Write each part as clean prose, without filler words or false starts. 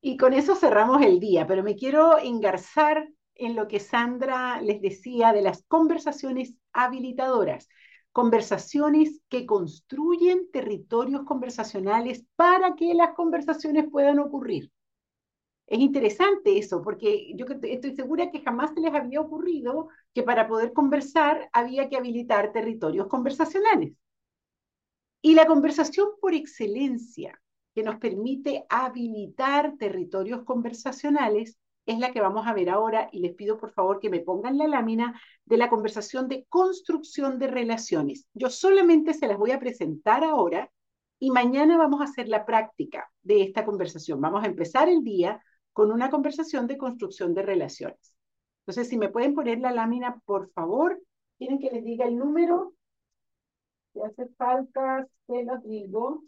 Y con eso cerramos el día, pero me quiero engarzar en lo que Sandra les decía de las conversaciones habilitadoras, conversaciones que construyen territorios conversacionales para que las conversaciones puedan ocurrir. Es interesante eso, porque yo estoy segura que jamás se les había ocurrido que para poder conversar había que habilitar territorios conversacionales. Y la conversación por excelencia que nos permite habilitar territorios conversacionales es la que vamos a ver ahora y les pido por favor que me pongan la lámina de la conversación de construcción de relaciones. Yo solamente se las voy a presentar ahora y mañana vamos a hacer la práctica de esta conversación. Vamos a empezar el día con una conversación de construcción de relaciones. Entonces, si me pueden poner la lámina, por favor, quieren que les diga el número. Si hace falta, se los digo.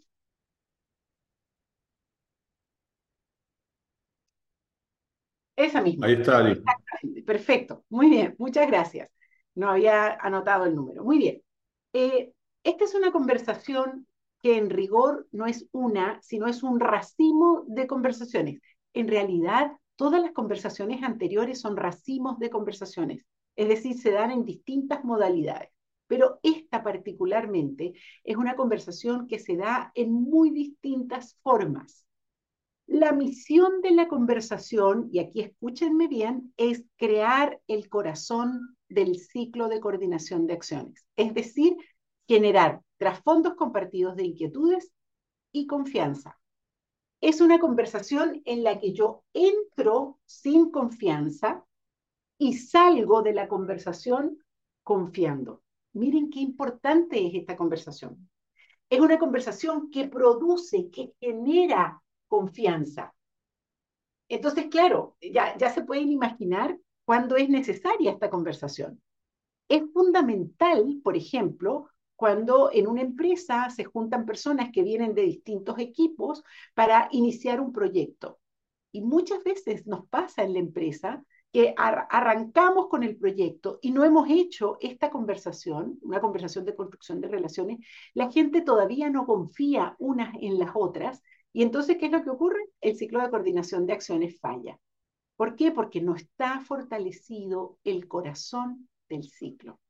Esa Ahí misma. está, Ali. Exactamente. Perfecto. Muy bien. Muchas gracias. No había anotado el número. Muy bien. Esta es una conversación que en rigor no es una, sino es un racimo de conversaciones. En realidad, todas las conversaciones anteriores son racimos de conversaciones. Es decir, se dan en distintas modalidades. Pero esta particularmente es una conversación que se da en muy distintas formas. La misión de la conversación, y aquí escúchenme bien, es crear el corazón del ciclo de coordinación de acciones, es decir, generar trasfondos compartidos de inquietudes y confianza. Es una conversación en la que yo entro sin confianza y salgo de la conversación confiando. Miren qué importante es esta conversación. Es una conversación que produce, que genera confianza. Entonces, claro, ya se pueden imaginar cuándo es necesaria esta conversación. Es fundamental, por ejemplo, cuando en una empresa se juntan personas que vienen de distintos equipos para iniciar un proyecto. Y muchas veces nos pasa en la empresa que arrancamos con el proyecto y no hemos hecho esta conversación, una conversación de construcción de relaciones, la gente todavía no confía unas en las otras y entonces, ¿qué es lo que ocurre? El ciclo de coordinación de acciones falla. ¿Por qué? Porque no está fortalecido el corazón del ciclo.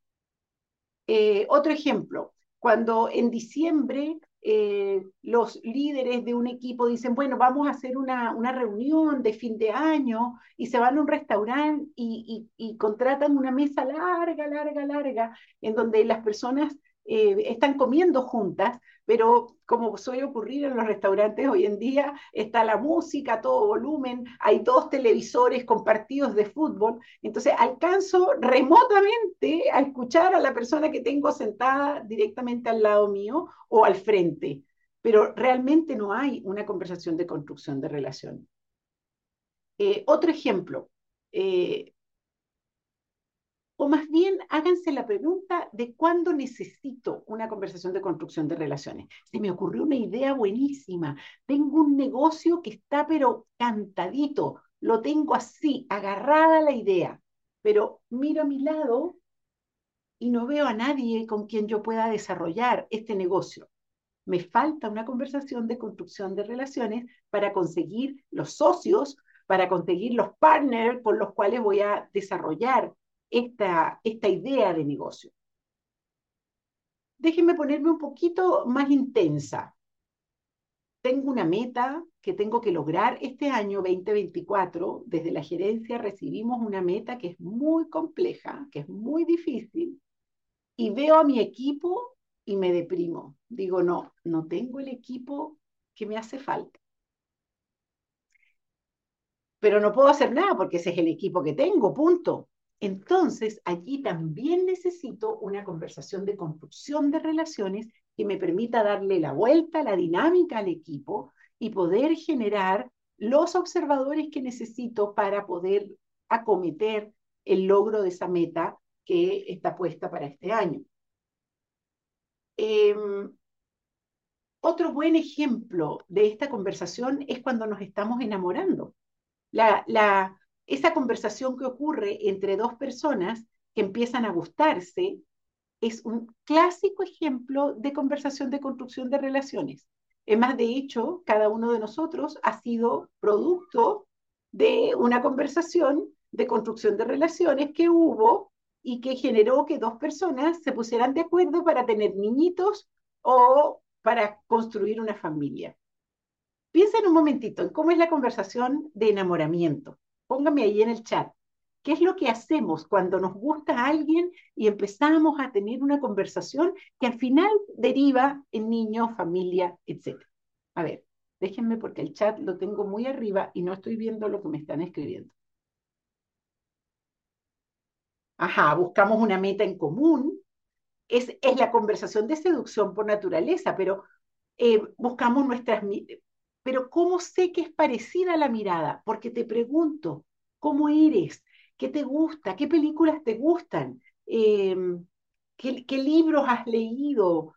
Otro ejemplo, cuando en diciembre los líderes de un equipo dicen, bueno, vamos a hacer una reunión de fin de año y se van a un restaurante y contratan una mesa larga, larga, larga, en donde las personas están comiendo juntas, pero como suele ocurrir en los restaurantes hoy en día, está la música a todo volumen, hay dos televisores con partidos de fútbol, entonces alcanzo remotamente a escuchar a la persona que tengo sentada directamente al lado mío o al frente, pero realmente no hay una conversación de construcción de relación. Otro ejemplo, eh, o más bien háganse la pregunta de cuándo necesito una conversación de construcción de relaciones. Se me ocurrió una idea buenísima. Tengo un negocio que está pero cantadito, lo tengo así, agarrada la idea, pero miro a mi lado y no veo a nadie con quien yo pueda desarrollar este negocio. Me falta una conversación de construcción de relaciones para conseguir los socios, para conseguir los partners con los cuales voy a desarrollar esta idea de negocio. Déjenme ponerme un poquito más intensa. Tengo una meta que tengo que lograr este año 2024. Desde la gerencia recibimos una meta que es muy compleja, que es muy difícil, y veo a mi equipo y me deprimo. Digo, no, no tengo el equipo que me hace falta. Pero no puedo hacer nada porque ese es el equipo que tengo, punto. Entonces, allí también necesito una conversación de construcción de relaciones que me permita darle la vuelta, la dinámica al equipo y poder generar los observadores que necesito para poder acometer el logro de esa meta que está puesta para este año. Eh, Otro buen ejemplo de esta conversación es cuando nos estamos enamorando. Esa conversación que ocurre entre dos personas que empiezan a gustarse es un clásico ejemplo de conversación de construcción de relaciones. Es más, de hecho, cada uno de nosotros ha sido producto de una conversación de construcción de relaciones que hubo y que generó que dos personas se pusieran de acuerdo para tener niñitos o para construir una familia. Piensa en un momentito en cómo es la conversación de enamoramiento. Póngame ahí en el chat. ¿Qué es lo que hacemos cuando nos gusta a alguien y empezamos a tener una conversación que al final deriva en niños, familia, etcétera? A ver, déjenme porque el chat lo tengo muy arriba y no estoy viendo lo que me están escribiendo. Ajá, buscamos una meta en común. Es la conversación de seducción por naturaleza, pero buscamos nuestras... Pero ¿cómo sé que es parecida a la mirada? Porque te pregunto, ¿cómo eres? ¿Qué te gusta? ¿Qué películas te gustan? ¿Qué libros has leído?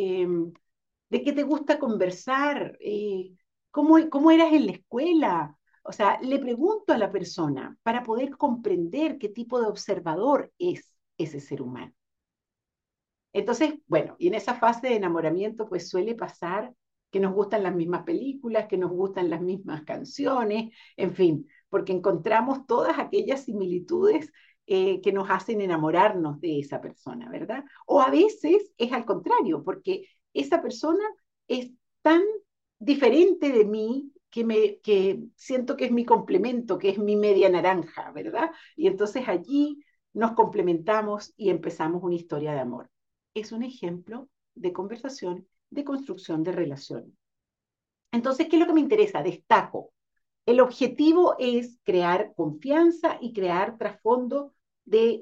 ¿De qué te gusta conversar? ¿Cómo eras en la escuela? O sea, le pregunto a la persona para poder comprender qué tipo de observador es ese ser humano. Entonces, bueno, y en esa fase de enamoramiento pues suele pasar que nos gustan las mismas películas, que nos gustan las mismas canciones, en fin, porque encontramos todas aquellas similitudes que nos hacen enamorarnos de esa persona, ¿verdad? O a veces es al contrario, porque esa persona es tan diferente de mí que siento que es mi complemento, que es mi media naranja, ¿verdad? Y entonces allí nos complementamos y empezamos una historia de amor. Es un ejemplo de conversación, de construcción de relación. Entonces, ¿qué es lo que me interesa? Destaco. El objetivo es crear confianza y crear trasfondo de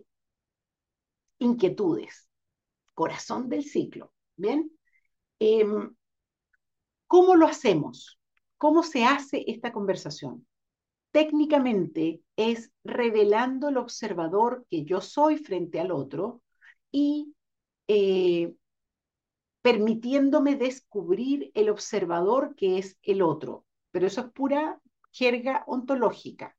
inquietudes, corazón del ciclo. ¿Bien? Eh, ¿Cómo lo hacemos? ¿Cómo se hace esta conversación? Técnicamente es revelando el observador que yo soy frente al otro y eh, permitiéndome descubrir el observador que es el otro. Pero eso es pura jerga ontológica.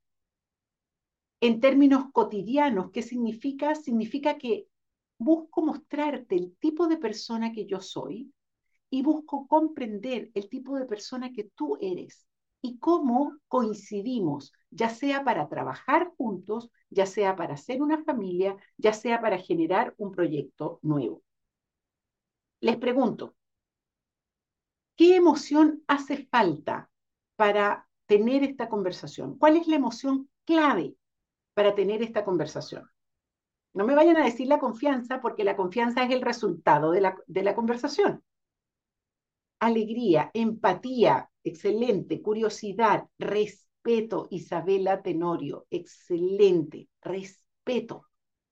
En términos cotidianos, ¿qué significa? Significa que busco mostrarte el tipo de persona que yo soy y busco comprender el tipo de persona que tú eres y cómo coincidimos, ya sea para trabajar juntos, ya sea para hacer una familia, ya sea para generar un proyecto nuevo. Les pregunto, ¿qué emoción hace falta para tener esta conversación? ¿Cuál es la emoción clave para tener esta conversación? No me vayan a decir la confianza, porque la confianza es el resultado de la conversación. Alegría, empatía, excelente, curiosidad, respeto, Isabela Tenorio, excelente, respeto.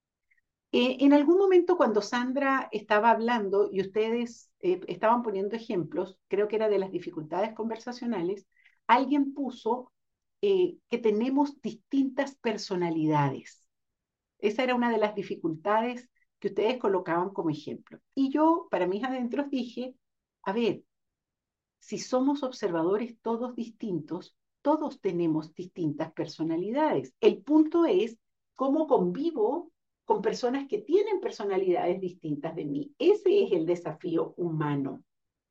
En algún momento cuando Sandra estaba hablando y ustedes estaban poniendo ejemplos, creo que era de las dificultades conversacionales, alguien puso que tenemos distintas personalidades. Esa era una de las dificultades que ustedes colocaban como ejemplo. Y yo, para mis adentros, dije, a ver, si somos observadores todos distintos, todos tenemos distintas personalidades. El punto es cómo convivo con personas que tienen personalidades distintas de mí. Ese es el desafío humano.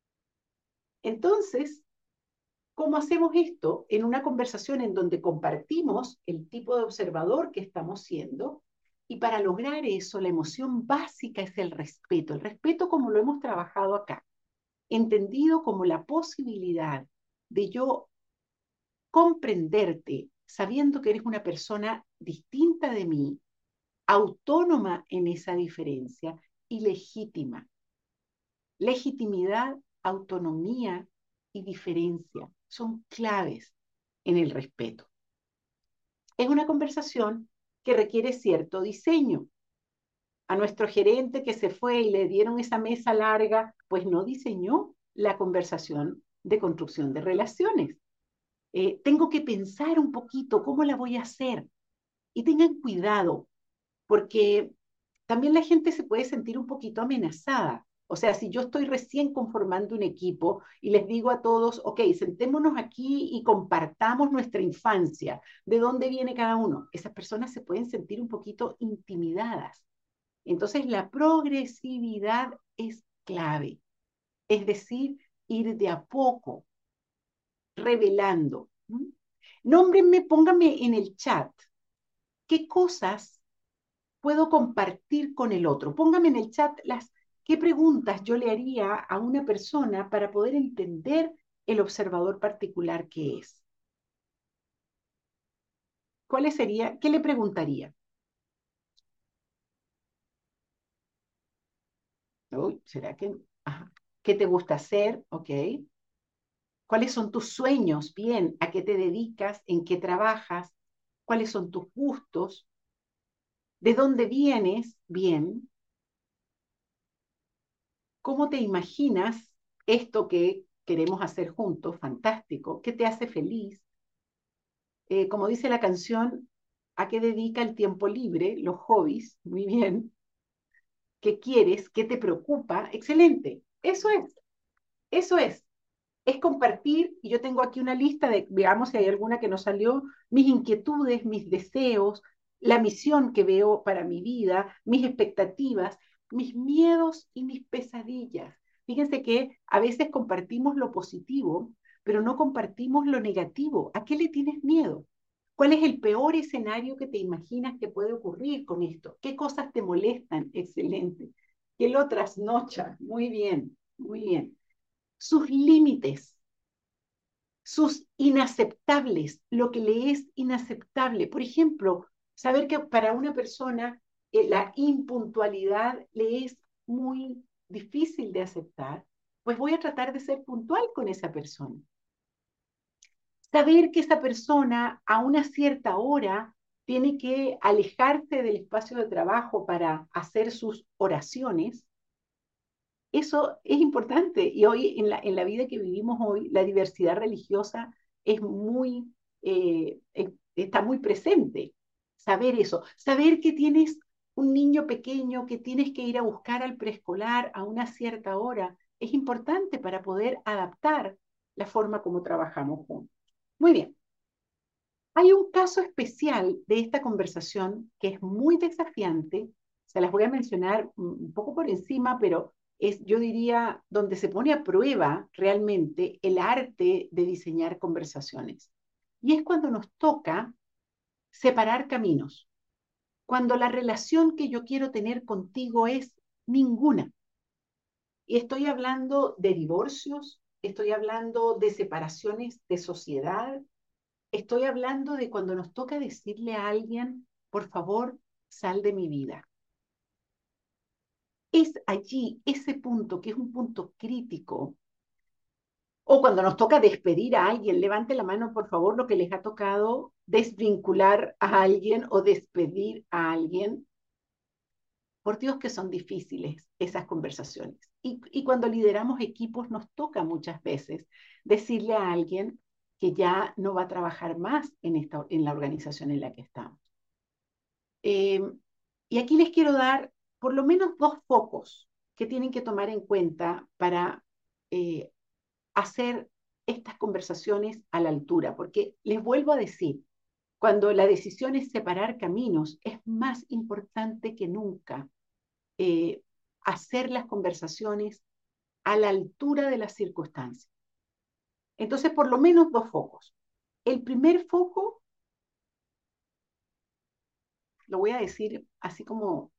Entonces, ¿cómo hacemos esto en una conversación en donde compartimos el tipo de observador que estamos siendo? Y para lograr eso, la emoción básica es el respeto como lo hemos trabajado acá, entendido como la posibilidad de yo comprenderte sabiendo que eres una persona distinta de mí, autónoma en esa diferencia y legítima. Legitimidad, autonomía y diferencia son claves en el respeto. Es una conversación que requiere cierto diseño. A nuestro gerente que se fue y le dieron esa mesa larga, pues no diseñó la conversación de construcción de relaciones. Tengo que pensar un poquito cómo la voy a hacer. Y tengan cuidado, porque también la gente se puede sentir un poquito amenazada. O sea, si yo estoy recién conformando un equipo y les digo a todos, ok, sentémonos aquí y compartamos nuestra infancia, ¿de dónde viene cada uno? Esas personas se pueden sentir un poquito intimidadas. Entonces, la progresividad es clave. Es decir, ir de a poco revelando. Nómbrenme, pónganme en el chat qué cosas puedo compartir con el otro. Pónganme en el chat qué preguntas yo le haría a una persona para poder entender el observador particular que es. ¿Cuáles sería? ¿Qué le preguntaría? Uy, ¿será que? Ajá. ¿Qué te gusta hacer? Ok. ¿Cuáles son tus sueños? Bien. ¿A qué te dedicas? ¿En qué trabajas? ¿Cuáles son tus gustos? ¿De dónde vienes? Bien. ¿Cómo te imaginas esto que queremos hacer juntos? Fantástico. ¿Qué te hace feliz? Como dice la canción, ¿a qué dedica el tiempo libre? Los hobbies. Muy bien. ¿Qué quieres? ¿Qué te preocupa? Excelente. Eso es. Eso es compartir, y yo tengo aquí una lista de, veamos si hay alguna que nos salió, mis inquietudes, mis deseos, la misión que veo para mi vida, mis expectativas, mis miedos y mis pesadillas. Fíjense que a veces compartimos lo positivo, pero no compartimos lo negativo. ¿A qué le tienes miedo? ¿Cuál es el peor escenario que te imaginas que puede ocurrir con esto? ¿Qué cosas te molestan? Excelente. ¿Qué lo trasnocha? Muy bien, muy bien. Sus límites, sus inaceptables, lo que le es inaceptable. Por ejemplo, saber que para una persona la impuntualidad le es muy difícil de aceptar, pues voy a tratar de ser puntual con esa persona. Saber que esa persona a una cierta hora tiene que alejarse del espacio de trabajo para hacer sus oraciones. Eso es importante y hoy en la vida que vivimos hoy, la diversidad religiosa es muy, está muy presente. Saber eso, saber que tienes un niño pequeño que tienes que ir a buscar al preescolar a una cierta hora, es importante para poder adaptar la forma como trabajamos juntos. Muy bien, hay un caso especial de esta conversación que es muy desafiante, se las voy a mencionar un poco por encima, pero es, yo diría, donde se pone a prueba realmente el arte de diseñar conversaciones. Y es cuando nos toca separar caminos, cuando la relación que yo quiero tener contigo es ninguna. Y estoy hablando de divorcios, estoy hablando de separaciones de sociedad, estoy hablando de cuando nos toca decirle a alguien, por favor, sal de mi vida. Es allí ese punto que es un punto crítico. O cuando nos toca despedir a alguien, levante la mano, por favor, lo que les ha tocado desvincular a alguien o despedir a alguien. Por Dios que son difíciles esas conversaciones. Y cuando lideramos equipos nos toca muchas veces decirle a alguien que ya no va a trabajar más en la organización en la que estamos. Eh, y aquí les quiero dar por lo menos dos focos que tienen que tomar en cuenta para eh, hacer estas conversaciones a la altura, porque les vuelvo a decir, cuando la decisión es separar caminos, es más importante que nunca eh, hacer las conversaciones a la altura de las circunstancias. Entonces, por lo menos dos focos. El primer foco, lo voy a decir así como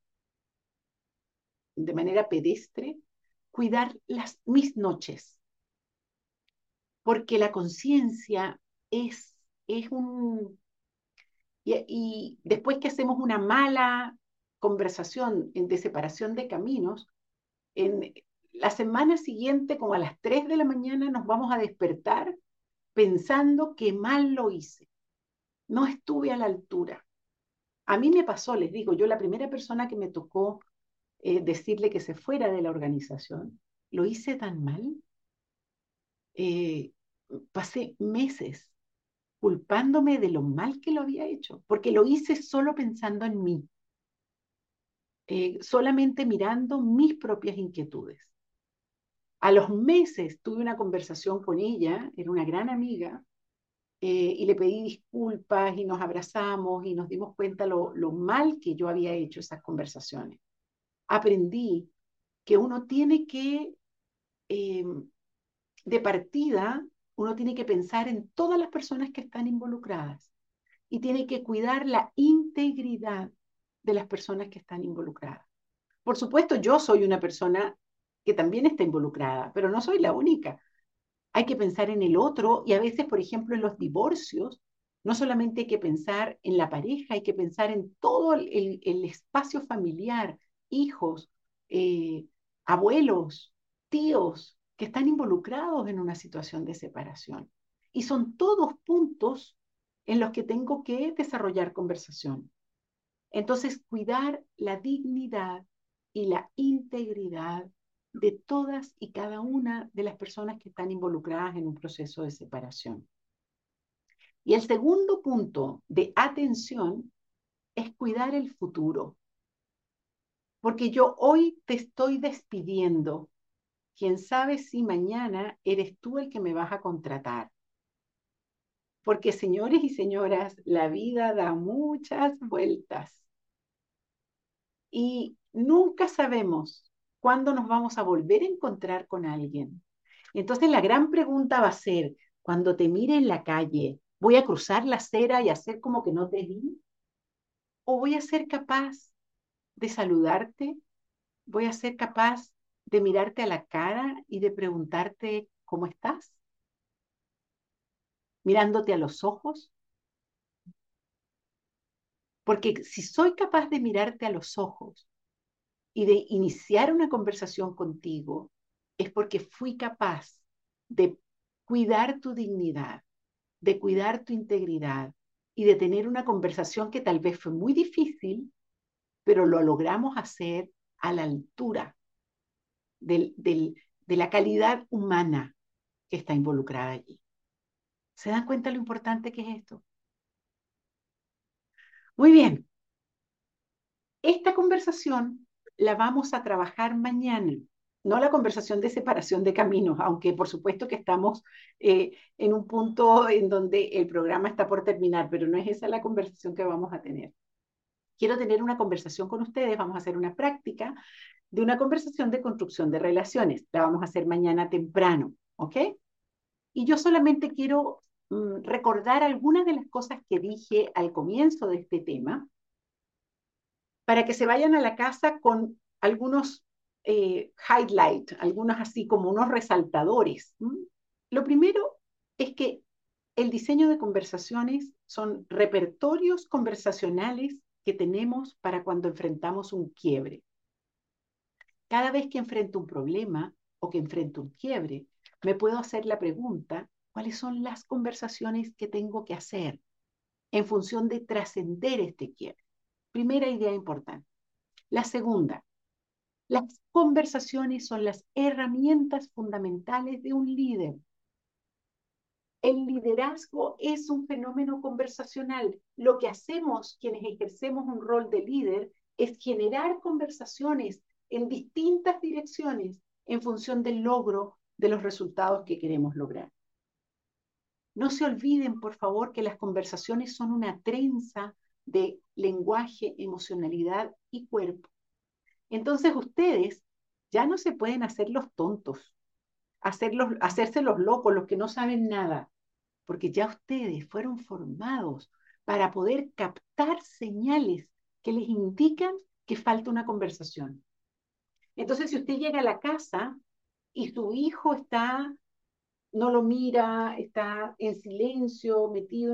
de manera pedestre, cuidar mis noches, porque la conciencia es un... Y después que hacemos una mala conversación de separación de caminos, en la semana siguiente, como a las 3 de la mañana, nos vamos a despertar pensando que mal lo hice, no estuve a la altura. A mí me pasó, les digo, yo la primera persona que me tocó decirle que se fuera de la organización, lo hice tan mal, eh, pasé meses culpándome de lo mal que lo había hecho, porque lo hice solo pensando en mí, solamente mirando mis propias inquietudes. A los meses tuve una conversación con ella, era una gran amiga, y le pedí disculpas y nos abrazamos y nos dimos cuenta lo mal que yo había hecho esas conversaciones. Aprendí que uno tiene que eh, de partida, uno tiene que pensar en todas las personas que están involucradas y tiene que cuidar la integridad de las personas que están involucradas. Por supuesto, yo soy una persona que también está involucrada, pero no soy la única. Hay que pensar en el otro y a veces, por ejemplo, en los divorcios, no solamente hay que pensar en la pareja, hay que pensar en todo el espacio familiar, hijos, eh, abuelos, tíos que están involucrados en una situación de separación. Y son todos puntos en los que tengo que desarrollar conversación. Entonces, cuidar la dignidad y la integridad de todas y cada una de las personas que están involucradas en un proceso de separación. Y el segundo punto de atención es cuidar el futuro, porque yo hoy te estoy despidiendo. Quién sabe si mañana eres tú el que me vas a contratar. Porque, señores y señoras, la vida da muchas vueltas y nunca sabemos cuándo nos vamos a volver a encontrar con alguien. Entonces la gran pregunta va a ser, cuando te mire en la calle, ¿voy a cruzar la acera y hacer como que no te vi? ¿O voy a ser capaz de saludarte? ¿Voy a ser capaz de mirarte a la cara y de preguntarte cómo estás? Mirándote a los ojos. Porque si soy capaz de mirarte a los ojos y de iniciar una conversación contigo, es porque fui capaz de cuidar tu dignidad, de cuidar tu integridad y de tener una conversación que tal vez fue muy difícil, pero lo logramos hacer a la altura de la calidad humana que está involucrada allí. ¿Se dan cuenta lo importante que es esto? Muy bien, esta conversación la vamos a trabajar mañana, no la conversación de separación de caminos, aunque por supuesto que estamos en un punto en donde el programa está por terminar, pero no es esa la conversación que vamos a tener. Quiero tener una conversación con ustedes, vamos a hacer una práctica de una conversación de construcción de relaciones. La vamos a hacer mañana temprano, ¿ok? Y yo solamente quiero recordar algunas de las cosas que dije al comienzo de este tema para que se vayan a la casa con algunos highlights, algunos así como unos resaltadores. Lo primero es que el diseño de conversaciones son repertorios conversacionales que tenemos para cuando enfrentamos un quiebre. Cada vez que enfrento un problema o que enfrento un quiebre, me puedo hacer la pregunta, ¿cuáles son las conversaciones que tengo que hacer en función de trascender este quiebre? Primera idea importante. La segunda, las conversaciones son las herramientas fundamentales de un líder. El liderazgo es un fenómeno conversacional. Lo que hacemos quienes ejercemos un rol de líder es generar conversaciones en distintas direcciones en función del logro de los resultados que queremos lograr. No se olviden, por favor, que las conversaciones son una trenza de lenguaje, emocionalidad y cuerpo. Entonces ustedes ya no se pueden hacer los tontos, hacerse los locos, los que no saben nada, porque ya ustedes fueron formados para poder captar señales que les indican que falta una conversación. Entonces, si usted llega a la casa y su hijo no lo mira, está en silencio, metido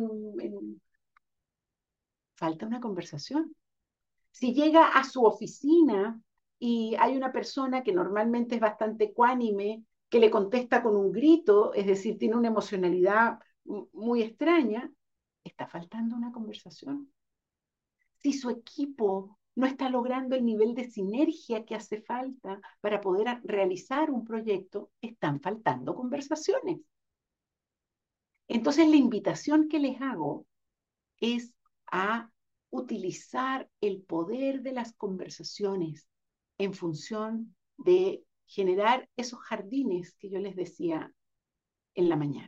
falta una conversación. Si llega a su oficina y hay una persona que normalmente es bastante ecuánime, que le contesta con un grito, es decir, tiene una emocionalidad muy extraña, está faltando una conversación. Si su equipo no está logrando el nivel de sinergia que hace falta para poder realizar un proyecto, están faltando conversaciones. Entonces, la invitación que les hago es a utilizar el poder de las conversaciones en función de generar esos jardines que yo les decía en la mañana.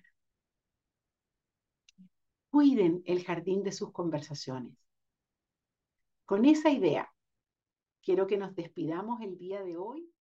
Cuiden el jardín de sus conversaciones. Con esa idea, quiero que nos despidamos el día de hoy